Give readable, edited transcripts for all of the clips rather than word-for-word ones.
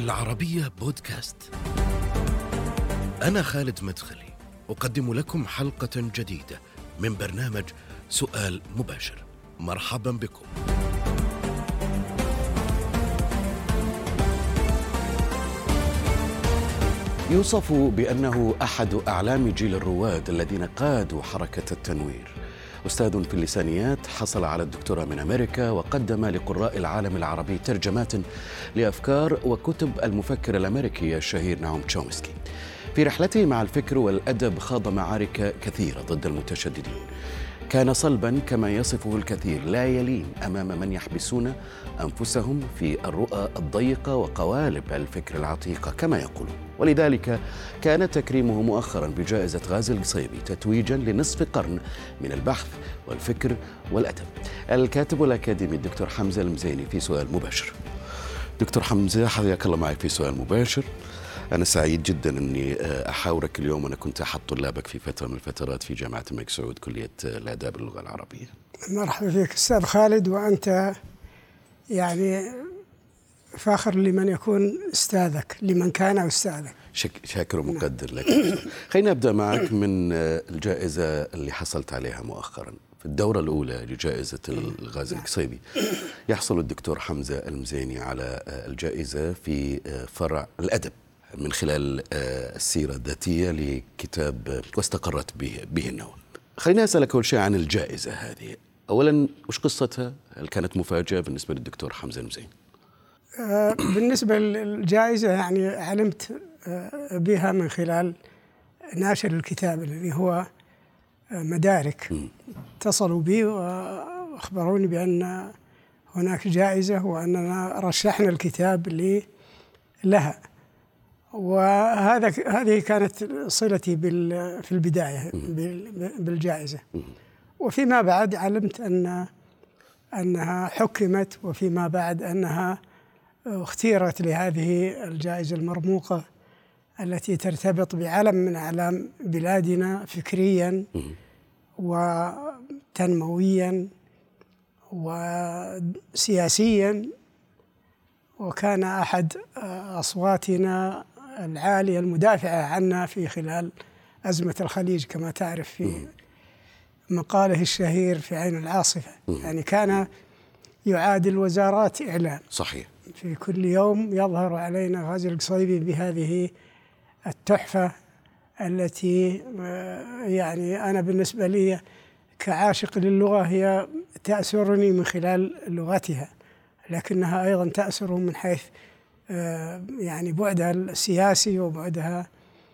العربية بودكاست. أنا خالد مدخلي أقدم لكم حلقة جديدة من برنامج سؤال مباشر. مرحبا بكم. يوصف بأنه أحد أعلام جيل الرواد الذين قادوا حركة التنوير. أستاذ في اللسانيات، حصل على الدكتوراه من أمريكا، وقدم لقراء العالم العربي ترجمات لأفكار وكتب المفكر الأمريكي الشهير نعوم تشومسكي. في رحلته مع الفكر والأدب خاض معارك كثيرة ضد المتشددين. كان صلبا كما يصفه الكثير، لا يلين أمام من يحبسون أنفسهم في الرؤى الضيقة وقوالب الفكر العتيقة كما يقولون. ولذلك كان تكريمه مؤخرا بجائزة غازي القصيبي تتويجا لنصف قرن من البحث والفكر والأدب. الكاتب الأكاديمي الدكتور حمزة المزيني في سؤال مباشر. دكتور حمزة، حياك الله معي في سؤال مباشر. أنا سعيد جدا أني أحاورك اليوم، وأنا كنت أحد طلابك في فترة من الفترات في جامعة الملك سعود كلية الآداب اللغة العربية. مرحبا فيك أستاذ خالد، وأنت يعني فاخر لمن يكون أستاذك، لمن كان أستاذك. شاكر ومقدر لك. خلينا نبدأ معك من الجائزة اللي حصلت عليها مؤخرا. في الدورة الأولى لجائزة الغازي القصيبي يحصل الدكتور حمزة المزيني على الجائزة في فرع الأدب من خلال السيرة الذاتية لكتاب واستقرت به النوم. خليني أسألك أول شيء عن الجائزة هذه. أولا، وش قصتها؟ هل كانت مفاجأة بالنسبة للدكتور حمزة المزيني؟ بالنسبة للجائزة يعني علمت بها من خلال ناشر الكتاب الذي هو مدارك. اتصلوا بي وأخبروني بأن هناك جائزة وأننا رشحنا الكتاب لها. هذه كانت صلتي في البداية بالجائزة. وفيما بعد علمت أنها حكمت، وفيما بعد أنها اختيرت لهذه الجائزة المرموقة التي ترتبط بعلم من أعلام بلادنا فكريا وتنمويا وسياسيا، وكان أحد أصواتنا العالية المدافعة عنا في خلال أزمة الخليج كما تعرف في مقاله الشهير في عين العاصفة. يعني كان يعادل وزارات إعلام. صحيح. في كل يوم يظهر علينا غازي القصيبي بهذه التحفة التي يعني أنا بالنسبة لي كعاشق للغة هي تأسرني من خلال لغتها، لكنها أيضا تأسر من حيث يعني بعدها السياسي وبعدها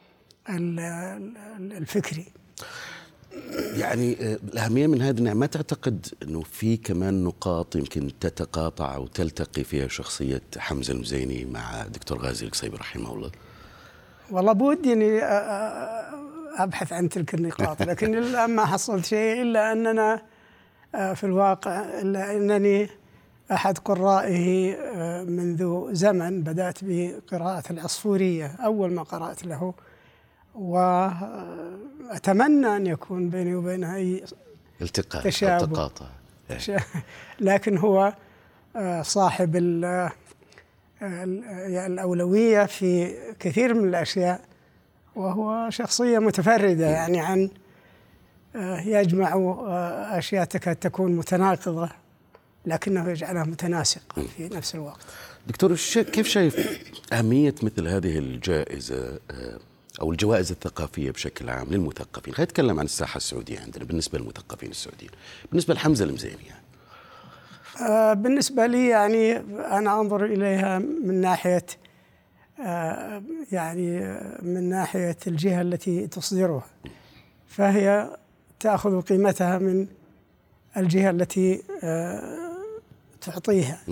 الفكري. يعني الأهمية من هذه، ما تعتقد أنه في كمان نقاط يمكن تتقاطع أو تلتقي فيها شخصية حمزة المزيني مع دكتور غازي القصيبي رحمه الله؟ والله بودي أني أبحث عن تلك النقاط، لكن الآن ما حصلت شيء، إلا أننا في الواقع إلا أنني أحد قرائه منذ زمن. بدأت بقراءة العصفورية أول ما قرأت له، وأتمنى أن يكون بيني وبينه أي التقاء تشابه، تقاطع. لكن هو صاحب الأولوية في كثير من الأشياء، وهو شخصية متفردة يعني عن يجمع أشياء تكاد تكون متناقضة لكنه يجعلها متناسقة في نفس الوقت. دكتور، كيف شايف أهمية مثل هذه الجائزة أو الجوائز الثقافية بشكل عام للمثقفين؟ خلينا نتكلم عن الساحة السعودية عندنا بالنسبة للمثقفين السعوديين، بالنسبة لحمزة المزيني يعني. بالنسبة لي يعني أنا أنظر إليها من ناحية يعني من ناحية الجهة التي تصدرها، فهي تأخذ قيمتها من الجهة التي تعطيها.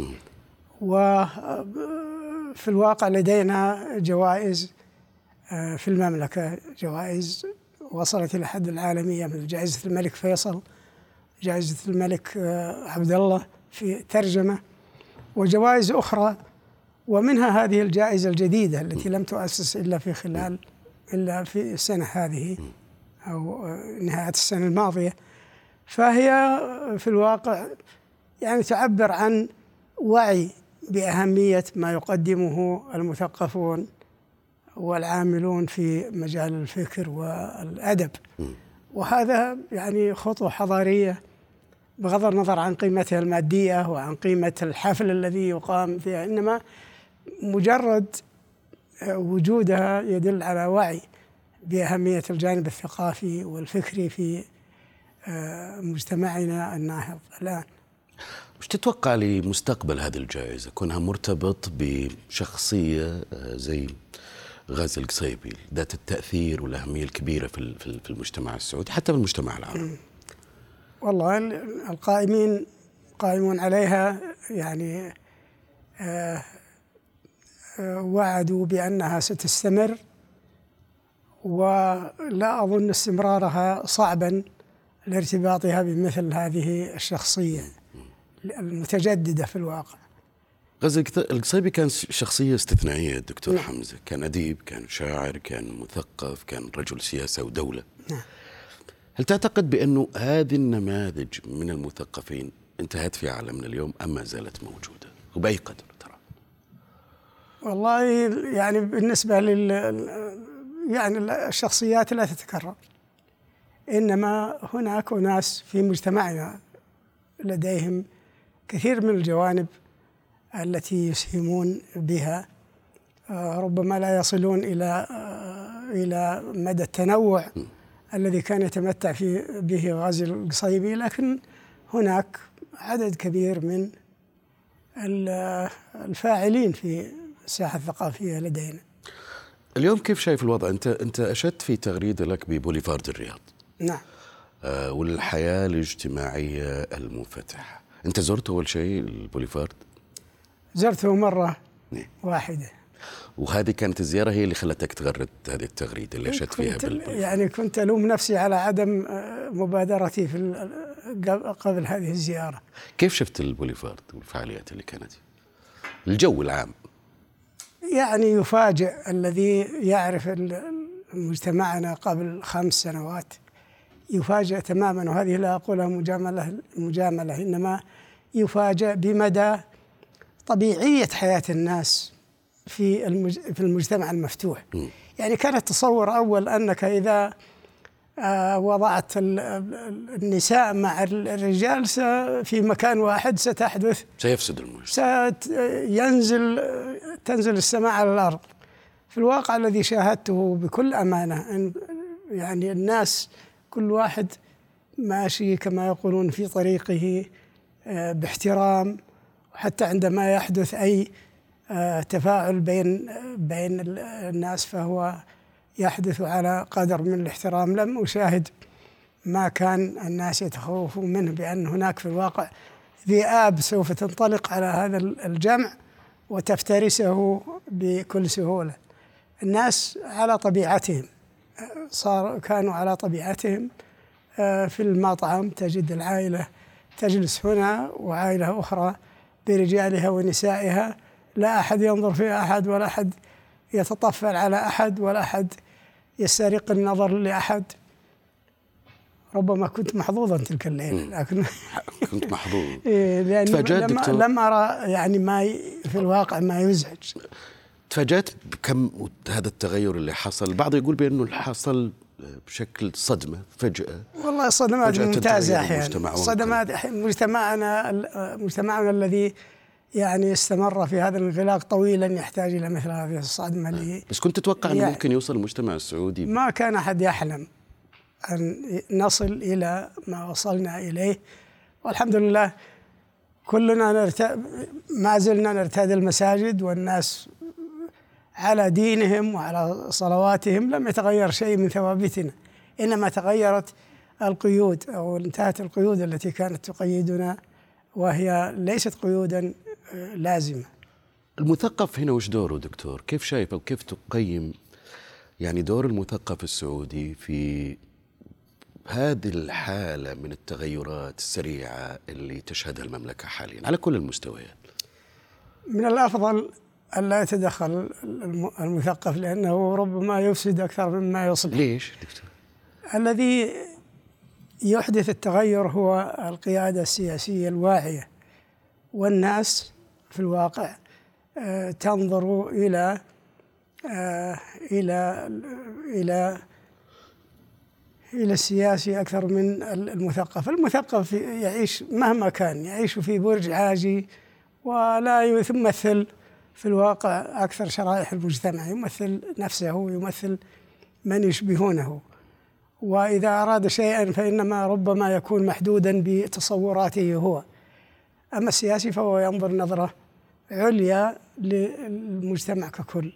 وفي الواقع لدينا جوائز في المملكة، جوائز وصلت إلى حد العالمية، مثل جائزة الملك فيصل، جائزة الملك عبد الله في ترجمة، وجوائز أخرى، ومنها هذه الجائزة الجديدة التي لم تؤسس إلا في السنة هذه أو نهاية السنة الماضية. فهي في الواقع يعني تعبر عن وعي بأهمية ما يقدمه المثقفون والعاملون في مجال الفكر والأدب. وهذا يعني خطوة حضارية بغض النظر عن قيمتها المادية وعن قيمة الحفل الذي يقام فيها، إنما مجرد وجودها يدل على وعي بأهمية الجانب الثقافي والفكري في مجتمعنا الناهض الآن. مش تتوقع لمستقبل هذه الجائزة كونها مرتبط بشخصية زي غازي القصيبي ذات التأثير والأهمية الكبيرة في المجتمع السعودي حتى في المجتمع العربي؟ والله قائمون عليها يعني وعدوا بأنها ستستمر، ولا أظن استمرارها صعبا لارتباطها بمثل هذه الشخصية المتجددة في الواقع. غازي القصيبي كان شخصية استثنائية دكتور حمزة، كان أديب، كان شاعر، كان مثقف، كان رجل سياسة ودولة. هل تعتقد بأنه هذه النماذج من المثقفين انتهت في عالمنا اليوم أم ما زالت موجودة، وبأي قدر ترى؟ والله يعني بالنسبة يعني الشخصيات لا تتكرر، إنما هناك ناس في مجتمعنا لديهم كثير من الجوانب التي يسهمون بها، ربما لا يصلون إلى مدى التنوع الذي كان يتمتع به غازي القصيبي، لكن هناك عدد كبير من الفاعلين في الساحة الثقافية لدينا. اليوم كيف شايف الوضع؟ أنت أشدت في تغريدة لك ببوليفارد الرياض. نعم. والحياة الاجتماعية المنفتحة، أنت زرت أول شيء البوليفارد؟ زرته مرة واحدة. وهذه كانت الزيارة هي اللي خلتك تغرد هذه التغريدة اللي أشدت فيها بالبوليفارد؟ يعني كنت ألوم نفسي على عدم مبادرتي قبل هذه الزيارة. كيف شفت البوليفارد والفعاليات اللي كانت؟ الجو العام يعني يفاجئ الذي يعرف مجتمعنا قبل 5 سنوات، يفاجئ تماما، وهذه لا أقولها مجاملة، إنما يفاجئ بمدى طبيعية حياة الناس في المجتمع المفتوح. يعني كان التصور أول أنك إذا وضعت النساء مع الرجال في مكان واحد ستحدث، سيفسد المجتمع، تنزل السماء على الأرض. في الواقع الذي شاهدته بكل أمانة أن يعني الناس كل واحد ماشي كما يقولون في طريقه باحترام، وحتى عندما يحدث أي تفاعل بين الناس فهو يحدث على قدر من الاحترام. لم أشاهد ما كان الناس يتخوفون منه بأن هناك في الواقع ذئاب سوف تنطلق على هذا الجمع وتفترسه بكل سهولة. الناس على طبيعتهم، كانوا على طبيعتهم. في المطعم تجد العائلة تجلس هنا وعائلة أخرى برجالها ونسائها، لا أحد ينظر في أحد، ولا أحد يتطفل على أحد، ولا أحد يسترق النظر لأحد. ربما كنت محظوظا تلك الليلة، لكن كنت محظوظ لأني لم أرى يعني في الواقع ما يزعج. تفاجأت بكم هذا التغير اللي حصل. البعض يقول بأنه حصل بشكل صدمة فجأة. والله الصدمات ممتازة أحيانا، صدمات مجتمعنا الذي يعني استمر في هذا الانغلاق طويلا يحتاج إلى مثل هذه الصدمة. بس كنت تتوقع أنه ممكن يوصل المجتمع السعودي؟ ما كان أحد يحلم أن نصل إلى ما وصلنا إليه، والحمد لله كلنا ما زلنا نرتاد المساجد، والناس على دينهم وعلى صلواتهم، لم يتغير شيء من ثوابتنا، إنما تغيرت القيود أو انتهت القيود التي كانت تقيدنا، وهي ليست قيودا لازمة. المثقف هنا وش دوره دكتور؟ كيف شايف أو كيف تقيم يعني دور المثقف السعودي في هذه الحالة من التغيرات السريعة اللي تشهدها المملكة حاليا على كل المستويات؟ من الأفضل ألا يتدخل المثقف، لأنه ربما يفسد أكثر مما يصلح. ليش دكتور؟ الذي يحدث التغير هو القيادة السياسية الواعية، والناس في الواقع تنظر إلى إلى إلى إلى السياسي أكثر من المثقف. المثقف يعيش مهما كان، يعيش في برج عاجي ولا يمثل في الواقع أكثر شرائح المجتمع، يمثل نفسه، يمثل من يشبهونه، وإذا أراد شيئا فإنما ربما يكون محدودا بتصوراته هو. أما السياسي فهو ينظر نظرة عليا للمجتمع ككل.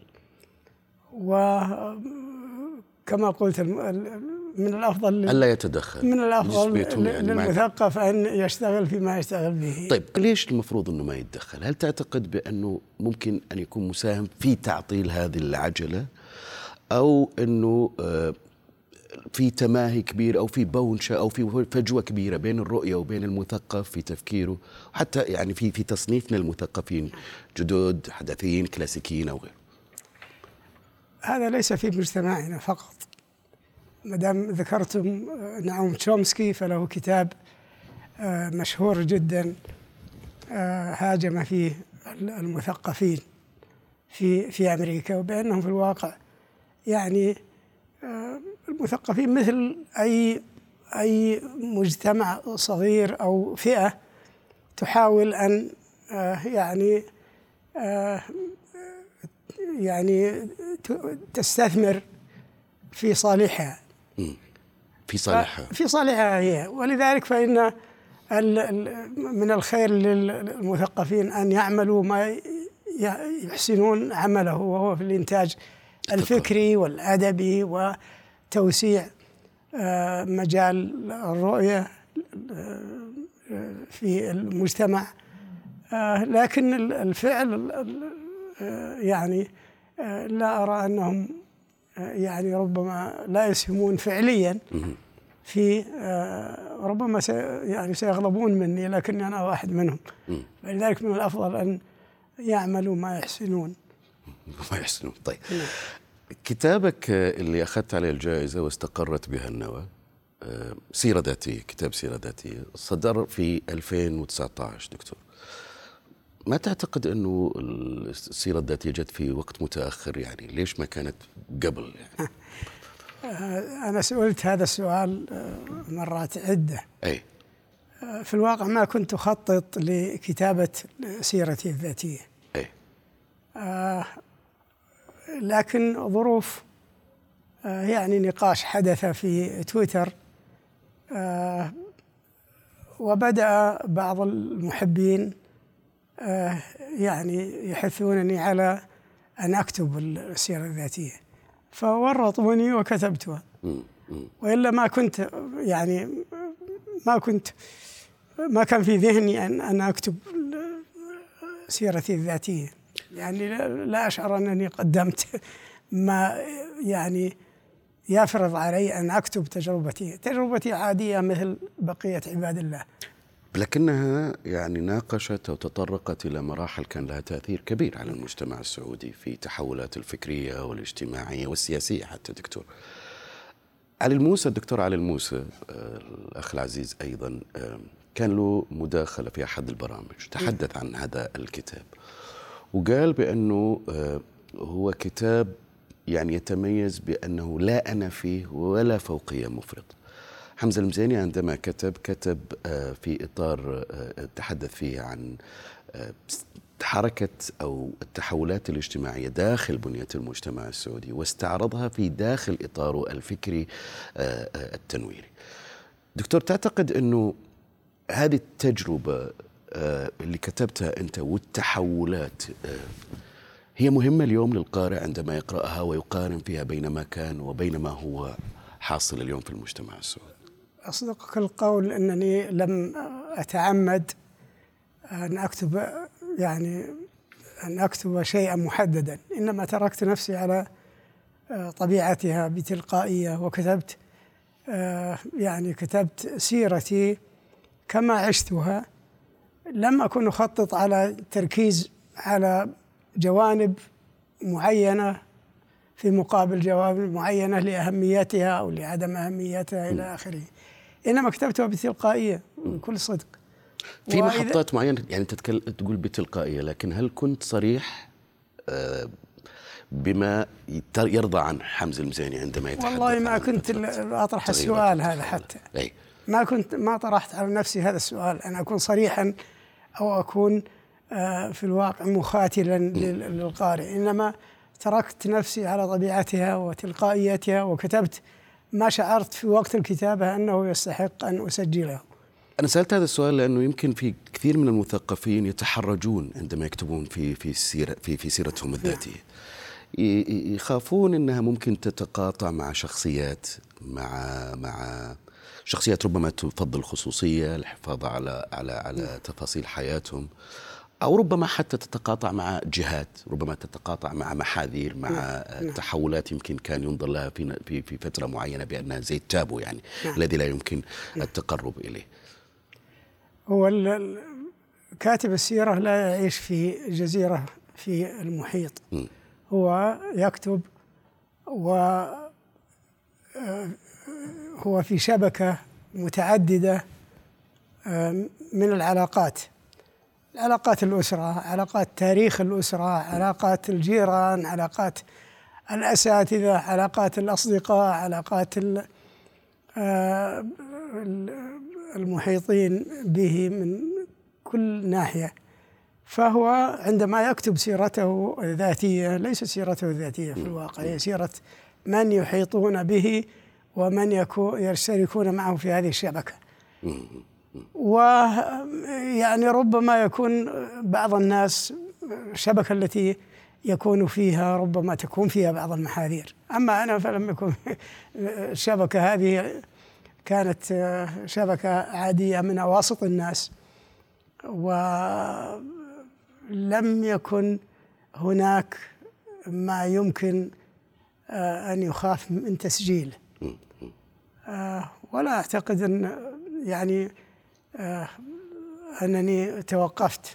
وكما قلت من الأفضل ألا يتدخل، من الأفضل للمثقف أن يشتغل فيما يشتغل به. طيب ليش المفروض أنه ما يتدخل؟ هل تعتقد بأنه ممكن أن يكون مساهم في تعطيل هذه العجلة، أو أنه في تماهي كبير أو في بونشة أو في فجوة كبيرة بين الرؤية وبين المثقف في تفكيره، وحتى يعني في تصنيفنا المثقفين جدد، حداثيين، كلاسيكيين أو غيره؟ هذا ليس في مجتمعنا فقط. ما دام ذكرتم نعوم تشومسكي فله كتاب مشهور جدا هاجم فيه المثقفين في أمريكا، وبأنهم في الواقع يعني المثقفين مثل أي مجتمع صغير أو فئة تحاول أن يعني تستثمر في صالحها، في صالحها هي. ولذلك فإن من الخير للمثقفين أن يعملوا ما يحسنون عمله، وهو في الإنتاج الفكري والأدبي وتوسيع مجال الرؤية في المجتمع. لكن الفعل يعني لا أرى أنهم يعني ربما لا يسهمون فعليا في ربما يعني سيغضبون مني، لكني أنا واحد منهم. لذلك من الأفضل أن يعملوا ما يحسنون. طيب كتابك اللي أخذت عليه الجائزة واستقرت بها النوى، سيرة ذاتية، كتاب سيرة ذاتية، صدر في 2019 دكتور. ما تعتقد أنه السيرة الذاتية جت في وقت متأخر؟ يعني ليش ما كانت قبل يعني؟ أنا سئلت هذا السؤال مرات عدة. أي. في الواقع ما كنت أخطط لكتابة سيرتي الذاتية. أي. لكن ظروف يعني نقاش حدث في تويتر، وبدأ بعض المحبين يعني يحثونني على أن أكتب السيرة الذاتية، فورطوني وكتبتها. وإلا ما كنت يعني ما كان في ذهني أن أكتب سيرتي الذاتية. يعني لا أشعر أنني قدمت ما يعني يفرض علي أن أكتب تجربتي عادية مثل بقية عباد الله، لكنها يعني ناقشت أو تطرقت إلى مراحل كان لها تأثير كبير على المجتمع السعودي في تحولات الفكرية والاجتماعية والسياسية حتى. دكتور علي الموسى، الدكتور علي الموسى الأخ العزيز أيضا كان له مداخلة في أحد البرامج، تحدث عن هذا الكتاب وقال بأنه هو كتاب يعني يتميز بأنه لا أنا فيه ولا فوقية مفرط. حمزة المزيني عندما كتب في إطار تحدث فيه عن حركة أو التحولات الاجتماعية داخل بنية المجتمع السعودي، واستعرضها في داخل إطاره الفكري التنويري. دكتور، تعتقد أنه هذه التجربة اللي كتبتها أنت والتحولات هي مهمة اليوم للقارئ عندما يقرأها ويقارن فيها بين ما كان وبين ما هو حاصل اليوم في المجتمع السعودي؟ أصدقك القول أنني لم أتعمد أن أكتب شيئا محددا، إنما تركت نفسي على طبيعتها بتلقائية، وكتبت كتبت سيرتي كما عشتها. لم أكن أخطط على التركيز على جوانب معينة في مقابل جوانب معينة لأهميتها أو لعدم أهميتها إلى آخره، إنما كتبتها بتلقائية بكل صدق. في محطات معينة يعني تقول بتلقائية، لكن هل كنت صريح بما يرضى عن حمزة المزيني عندما يتحدث؟ والله ما كنت أطرح السؤال هذا حتى. ما طرحت على نفسي هذا السؤال، أن أكون صريحا أو أكون في الواقع مخاتلا للقارئ، إنما تركت نفسي على طبيعتها وتلقائيتها، وكتبت ما شعرت في وقت الكتابة أنه يستحق أن أسجله. أنا سألت هذا السؤال لأنه يمكن في كثير من المثقفين يتحرجون عندما يكتبون في سيرتهم الذاتية، يخافون أنها ممكن تتقاطع مع شخصيات، مع شخصيات ربما تفضل الخصوصية، الحفاظ على تفاصيل حياتهم، أو ربما حتى تتقاطع مع جهات، ربما تتقاطع مع محاذير، مع تحولات يمكن كان ينظر لها في فترة معينة بأنها زي التابو يعني الذي لا يمكن التقرب إليه. هو كاتب السيرة لا يعيش في جزيرة في المحيط، هو يكتب وهو في شبكة متعددة من العلاقات الأسرة، علاقات تاريخ الأسرة، علاقات الجيران، علاقات الأساتذة، علاقات الأصدقاء، علاقات المحيطين به من كل ناحية. فهو عندما يكتب سيرته الذاتية ليست سيرته الذاتية في الواقع، هي سيرة من يحيطون به ومن يشتركون معه في هذه الشبكة. ويعني ربما يكون بعض الناس الشبكة التي يكون فيها ربما تكون فيها بعض المحاذير، أما أنا فلم يكن الشبكة هذه كانت شبكة عادية من أواسط الناس، ولم يكن هناك ما يمكن أن يخاف من تسجيله، ولا أعتقد أن يعني أنني توقفت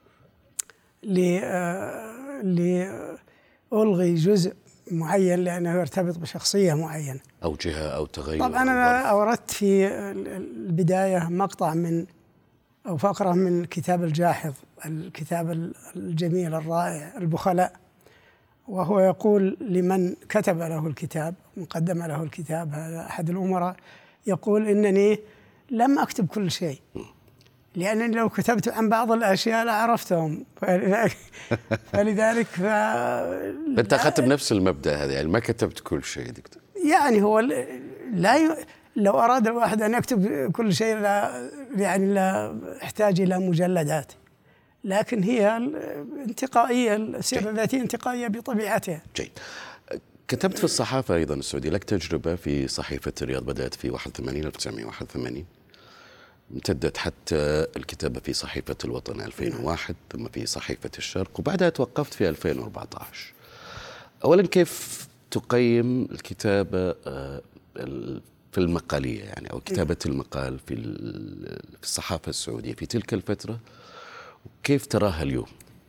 لألغي جزء معين لأنه يرتبط بشخصية معينة أو جهة أو تغير. طبعا أنا أوردت في البداية مقطع أو فقرة من كتاب الجاحظ، الكتاب الجميل الرائع البخلاء، وهو يقول لمن كتب له الكتاب، مقدم له الكتاب، هذا أحد الأمراء، يقول إنني لم أكتب كل شيء، لأنني لو كتبت عن بعض الأشياء لعرفتهم، فلذلك أنت أخذت بنفس المبدأ هذا، يعني ما كتبت كل شيء دكتور. يعني هو لو أراد الواحد أن يكتب كل شيء لا يحتاج إلى مجلدات، لكن هي انتقائية، السيرة الذاتية انتقائية بطبيعتها. جيد. كتبت في الصحافة أيضا السعودية، لك تجربة في صحيفة الرياض بدأت في 1981 امتدت حتى الكتابة في صحيفة الوطن 2001 ثم في صحيفة الشرق، وبعدها توقفت في 2014. أولا كيف تقيم الكتابة في المقالية يعني، أو كتابة المقال في الصحافة السعودية في تلك الفترة، وكيف تراها اليوم؟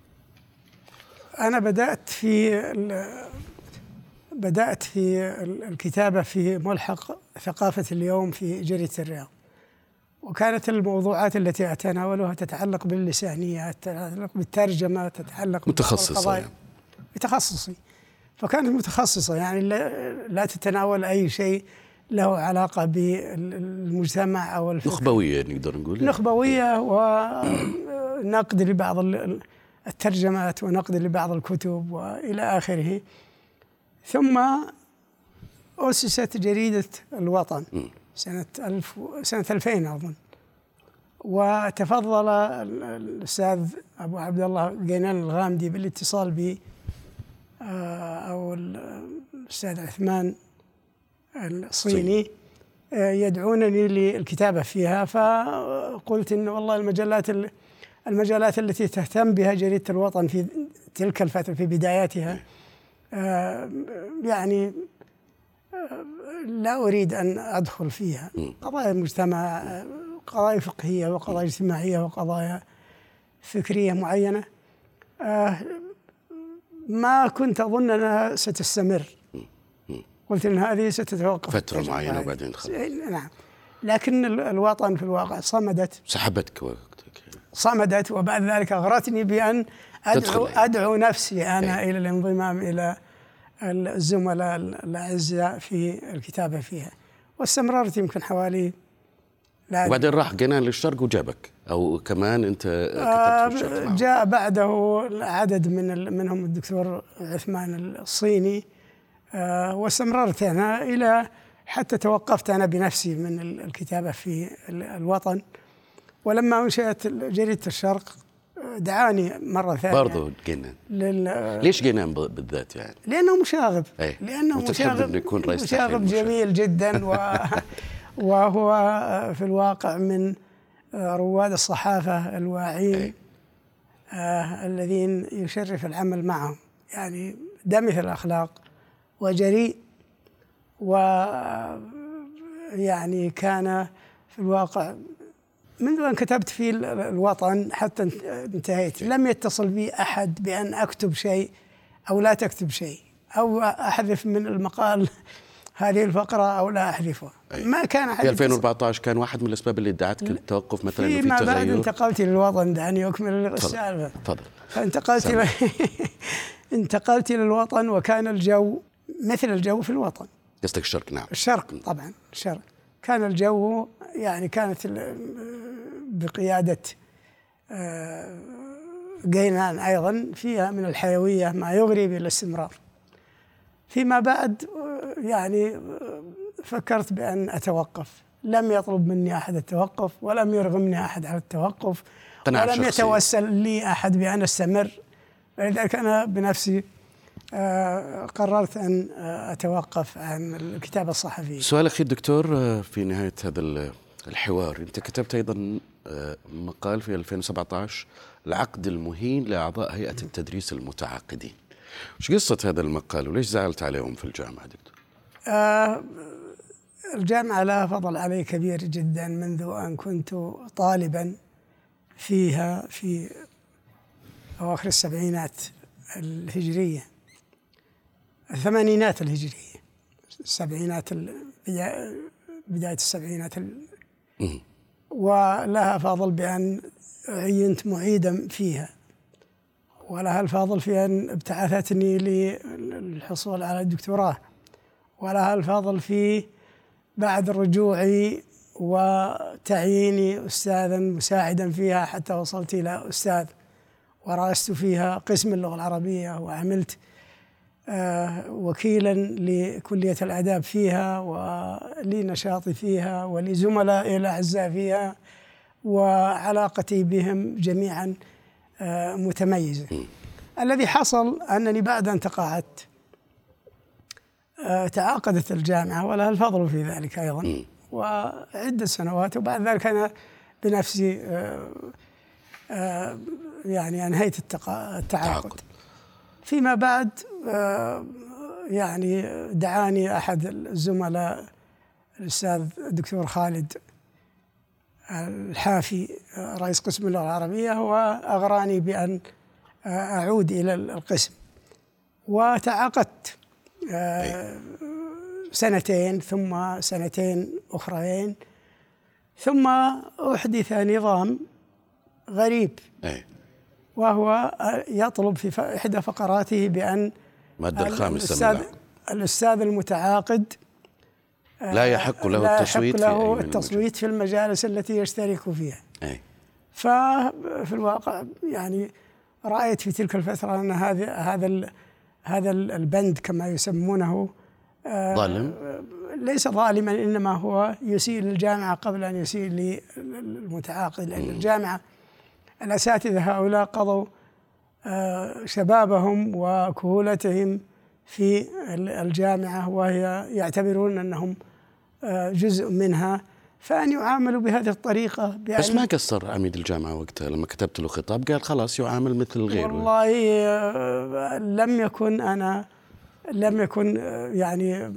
أنا بدأت في الكتابة في ملحق ثقافة اليوم في جريدة الرياض، وكانت الموضوعات التي أتناولها تتعلق باللسانيات، تتعلق بالترجمة، تتعلق متخصصة يعني. بتخصصي، فكانت متخصصة يعني لا تتناول أي شيء له علاقة بالمجتمع أو الفكر. نخبوية نقدر نقول، نخبوية، ونقد لبعض الترجمات ونقد لبعض الكتب وإلى آخره. ثم أسست جريدة الوطن سنة 2000 أظن، وتفضل الأستاذ أبو عبد الله جينان الغامدي بالاتصال بي أو الأستاذ عثمان الصيني يدعونني للكتابة فيها، فقلت إن والله المجالات التي تهتم بها جريدة الوطن في تلك الفترة في بداياتها يعني لا أريد أن أدخل فيها، قضايا المجتمع، قضايا فقهية وقضايا اجتماعية وقضايا فكرية معينة، ما كنت أظن أنها ستستمر، قلت أن هذه ستتوقف فترة معينة وبعدين خلاص. نعم، لكن الوطن في الواقع صمدت. سحبتك وقت. صمدت، وبعد ذلك أغرتني بأن أدعو نفسي أنا إلى الانضمام إلى الزملاء الأعزاء في الكتابة فيها، واستمررت يمكن حوالي. وبعدين راح جنان للشرق وجابك، أو كمان أنت كتبت في الشرق؟ جاء بعده عدد منهم الدكتور عثمان الصيني، واستمررت أنا إلى حتى توقفت أنا بنفسي من الكتابة في الوطن. ولما أنشأت جريدة الشرق دعاني مرة ثانية برضو جنان. ليش جنان بالذات يعني؟ لأنه مشاغب. لأنه مشاغب جميل جدا وهو في الواقع من رواد الصحافة الواعين الذين يشرف العمل معهم، يعني دمث الأخلاق وجريء، ويعني كان في الواقع منذ أن كتبت في الوطن حتى انتهيت لم يتصل بي أحد بأن أكتب شيء أو لا تكتب شيء، أو أحذف من المقال هذه الفقرة أو لا أحذفها. ما كان أحد. في 2014 كان واحد من الأسباب اللي دعتك للتوقف مثلا إنه في تغير. فيما بعد انتقلت للوطن، دعني أكمل السالفة. تفضل. انتقلت للوطن، وكان الجو مثل الجو في الوطن. قصدك الشرق؟ نعم، الشرق طبعا. الشرق كان الجو يعني كانت بقيادة جينان أيضا فيها من الحيوية ما يغري بالاستمرار. فيما بعد يعني فكرت بأن أتوقف. لم يطلب مني أحد التوقف، ولم يرغمني أحد على التوقف، ولم يتوسل لي أحد بأن أستمر. فلذلك أنا بنفسي قررت أن أتوقف عن الكتابة الصحفية. سؤال أخير دكتور في نهاية هذا الحوار، أنت كتبت أيضا مقال في 2017 العقد المهين لأعضاء هيئة التدريس المتعاقدين. وش قصة هذا المقال وليش زعلت عليهم في الجامعة دكتور؟ الجامعة لها فضل علي كبير جدا منذ أن كنت طالبا فيها في أواخر السبعينات الهجرية، الثمانينات الهجرية، السبعينات بداية السبعينات ولها فضل بأن عينت معيدا فيها، ولها الفضل في أن ابتعثتني للحصول على الدكتوراه، ولها الفضل في بعد رجوعي وتعييني أستاذا مساعدا فيها حتى وصلت إلى أستاذ، ورأست فيها قسم اللغة العربية، وعملت وكيلا لكلية الآداب فيها، ولنشاطي فيها، ولزملائي الأعزاء فيها، وعلاقتي بهم جميعا متميزة. الذي حصل أنني بعد أن تقاعدت تعاقدت الجامعة، ولها الفضل في ذلك أيضا، وعدة سنوات، وبعد ذلك أنا بنفسي يعني أنهيت التعاقد. فيما بعد يعني دعاني أحد الزملاء الأستاذ الدكتور خالد الحافي رئيس قسم اللغة العربية، وأغراني بأن أعود إلى القسم، وتعاقدت سنتين ثم سنتين أخرين، ثم أحدث نظام غريب وهو يطلب في إحدى فقراته بأن المادة الخامسة الأستاذ المتعاقد لا يحق له التصويت في المجالس التي يشترك فيها. ففي الواقع يعني رأيت في تلك الفترة أن هذا البند كما يسمونه ظالم، ليس ظالما، إنما هو يسيء للجامعة قبل أن يسيء للمتعاقد، لأن الجامعة الأساتذة هؤلاء قضوا شبابهم وكهولتهم في الجامعة، وهي يعتبرون أنهم جزء منها، فأن يعاملوا بهذه الطريقة. بس ما قصر عميد الجامعة وقتها لما كتبت له خطاب قال خلاص يعامل مثل غيره. والله لم يكن يعني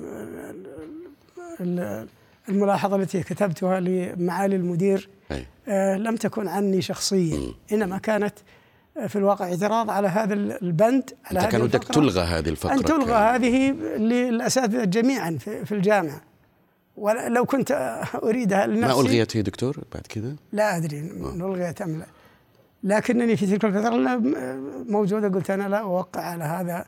الملاحظة التي كتبتها لمعالي المدير لم تكن عني شخصيا، إنما كانت في الواقع اعتراض على هذا البند، على هذه كان ودك تلغى هذه الفقرة، أن تلغى هذه للأساتذة جميعا في الجامعة، ولو كنت أريدها لنفسي. ما ألغيت هي دكتور بعد كذا؟ لا أدري ألغيت أم لا، لكنني في تلك الفترة موجودة قلت أنا لا أوقع على هذا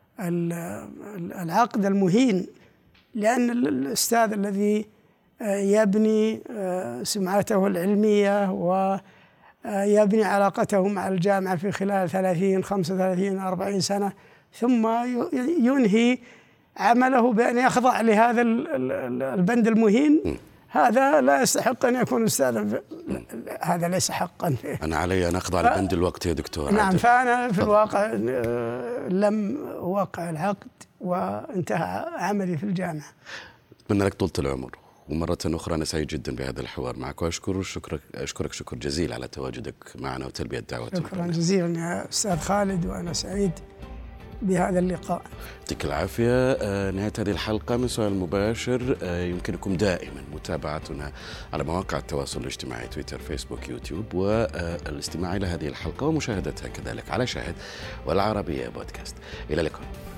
العقد المهين، لأن الأستاذ الذي يبني سمعته العلمية ويبني علاقته مع الجامعة في خلال 30 35 40 سنة ثم ينهي عمله بأن يخضع لهذا البند المهين، هذا لا يستحق أن يكون أستاذا، هذا ليس حقا. أنا علي أن أخضع لبند الوقت يا دكتور. نعم، فأنا في الواقع لم أوقع العقد وانتهى عملي في الجامعة. أتمنى لك طولة العمر، ومرة أخرى أنا سعيد جدا بهذا الحوار معك، وأشكرك شكر جزيل على تواجدك معنا وتلبية دعوتنا. شكرا جزيلا يا أستاذ خالد، وأنا سعيد بهذا اللقاء. يعطيك العافية. نهاية هذه الحلقة من سؤال مباشر. يمكنكم دائما متابعتنا على مواقع التواصل الاجتماعي تويتر فيسبوك يوتيوب، والاستماع إلى هذه الحلقة ومشاهدتها كذلك على شاهد والعربية بودكاست. إلى اللقاء.